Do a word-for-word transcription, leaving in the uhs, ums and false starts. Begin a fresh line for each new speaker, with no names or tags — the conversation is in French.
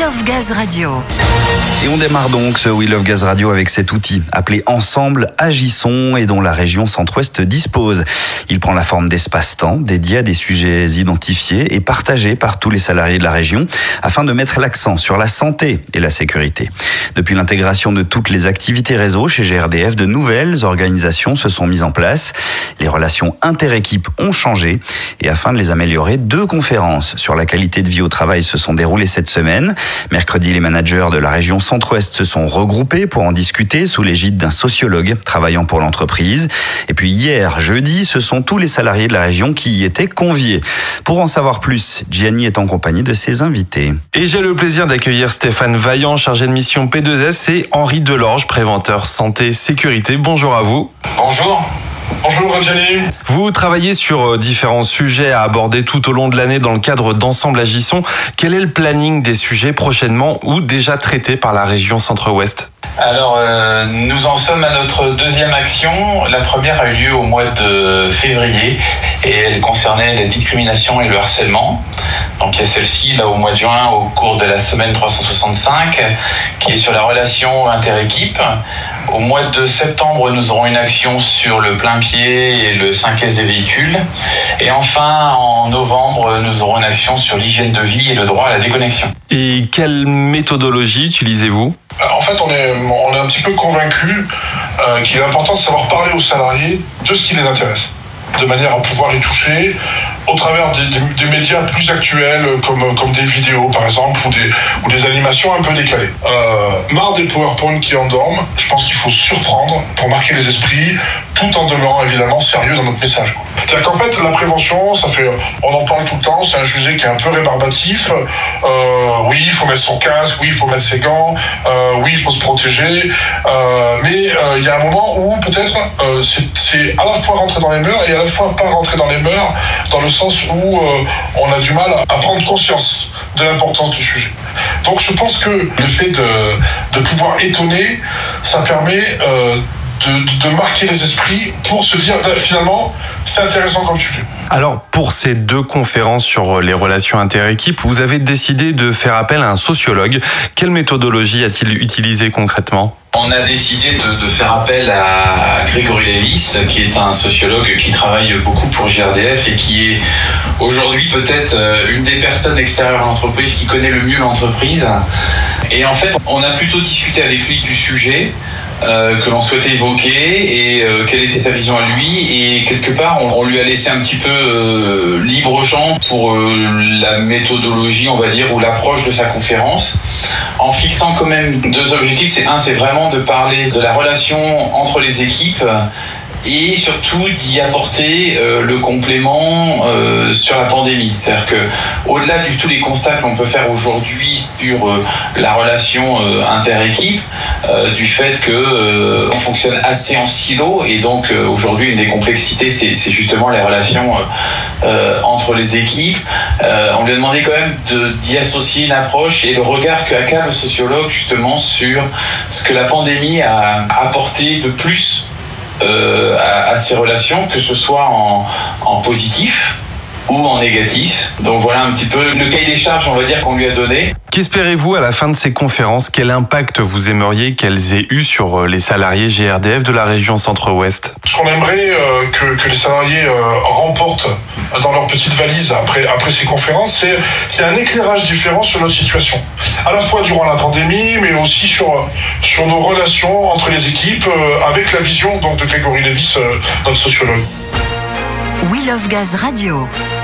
We Love Gaz Radio.
Et on démarre donc ce We Love Gaz Radio avec cet outil appelé Ensemble Agissons et dont la région Centre-Ouest dispose. Il prend la forme d'espace-temps dédiés à des sujets identifiés et partagés par tous les salariés de la région afin de mettre l'accent sur la santé et la sécurité. Depuis l'intégration de toutes les activités réseau chez G R D F, de nouvelles organisations se sont mises en place. Les relations inter-équipes ont changé et afin de les améliorer, deux conférences sur la qualité de vie au travail se sont déroulées cette semaine. Mercredi, les managers de la région Centre-Ouest se sont regroupés pour en discuter sous l'égide d'un sociologue travaillant pour l'entreprise. Et puis hier, jeudi, ce sont tous les salariés de la région qui y étaient conviés. Pour en savoir plus, Gianni est en compagnie de ses invités.
Et j'ai le plaisir d'accueillir Stéphane Vaillant, chargé de mission P deux S, et Henri Delorge, préventeur santé sécurité. Bonjour à vous.
Bonjour. Bonjour Gianni.
Vous travaillez sur différents sujets à aborder tout au long de l'année dans le cadre d'Ensemble Agissons. Quel est le planning des sujets prochainement ou déjà traités par la région Centre-Ouest ?
Alors, euh, nous en sommes à notre deuxième action. La première a eu lieu au mois de février et elle concernait la discrimination et le harcèlement. Donc, il y a celle-ci, là, au mois de juin, au cours de la semaine trois cent soixante-cinq, qui est sur la relation inter-équipe. Au mois de septembre, nous aurons une action sur le plein pied et le cinq S des véhicules. Et enfin, en novembre, nous aurons une action sur l'hygiène de vie et le droit à la déconnexion.
Et quelle méthodologie utilisez-vous ?
En fait, on est, on est un petit peu convaincus euh, qu'il est important de savoir parler aux salariés de ce qui les intéresse, de manière à pouvoir les toucher au travers des, des, des médias plus actuels comme, comme des vidéos par exemple ou des, ou des animations un peu décalées. Euh, marre des PowerPoint qui endorment, je pense qu'il faut surprendre pour marquer les esprits tout en demeurant évidemment sérieux dans notre message. C'est-à-dire qu'en fait la prévention, ça fait, on en parle tout le temps, c'est un sujet qui est un peu rébarbatif. Euh, oui, il faut mettre son casque, oui, il faut mettre ses gants, euh, oui, il faut se protéger, euh, mais euh, il y a un moment où peut-être euh, c'est, c'est à la fois rentrer dans les mœurs et à la fois pas rentrer dans les mœurs, dans le sens où euh, on a du mal à prendre conscience de l'importance du sujet. Donc je pense que le fait de, de pouvoir étonner, ça permet euh, de, de, de marquer les esprits pour se dire finalement c'est intéressant comme sujet.
Alors pour ces deux conférences sur les relations inter-équipes, vous avez décidé de faire appel à un sociologue. Quelle méthodologie a-t-il utilisé concrètement ?
On a décidé de, de faire appel à Grégory Lévis, qui est un sociologue qui travaille beaucoup pour G R D F et qui est aujourd'hui peut-être une des personnes extérieures à l'entreprise qui connaît le mieux l'entreprise. Et en fait, on a plutôt discuté avec lui du sujet euh, que l'on souhaitait évoquer et euh, quelle était sa vision à lui. Et quelque part, on, on lui a laissé un petit peu euh, libre champ pour euh, la méthodologie, on va dire, ou l'approche de sa conférence, en fixant quand même deux objectifs. C'est un, c'est vraiment de parler de la relation entre les équipes et surtout d'y apporter euh, le complément euh, sur la pandémie. C'est-à-dire que au-delà de tous les constats que l'on peut faire aujourd'hui sur euh, la relation euh, inter-équipe, euh, du fait que euh, on fonctionne assez en silo et donc euh, aujourd'hui une des complexités c'est, c'est justement les relations euh, euh, entre les équipes. Euh, on lui a demandé quand même de, d'y associer une approche et le regard qu'a le sociologue justement sur ce que la pandémie a apporté de plus Euh, à, à ces relations, que ce soit en, en positif ou en négatif. Donc voilà un petit peu le cahier des charges, on va dire, qu'on lui a donné.
Qu'espérez-vous à la fin de ces conférences ? Quel impact vous aimeriez qu'elles aient eu sur les salariés G R D F de la région Centre-Ouest ?
Ce qu'on aimerait euh, que, que les salariés euh, remportent dans leur petite valise après, après ces conférences, c'est, c'est un éclairage différent sur notre situation. À la fois durant la pandémie, mais aussi sur, sur nos relations entre les équipes, euh, avec la vision donc, de Grégory Lévis, euh, notre sociologue.
We Love Gaz Radio.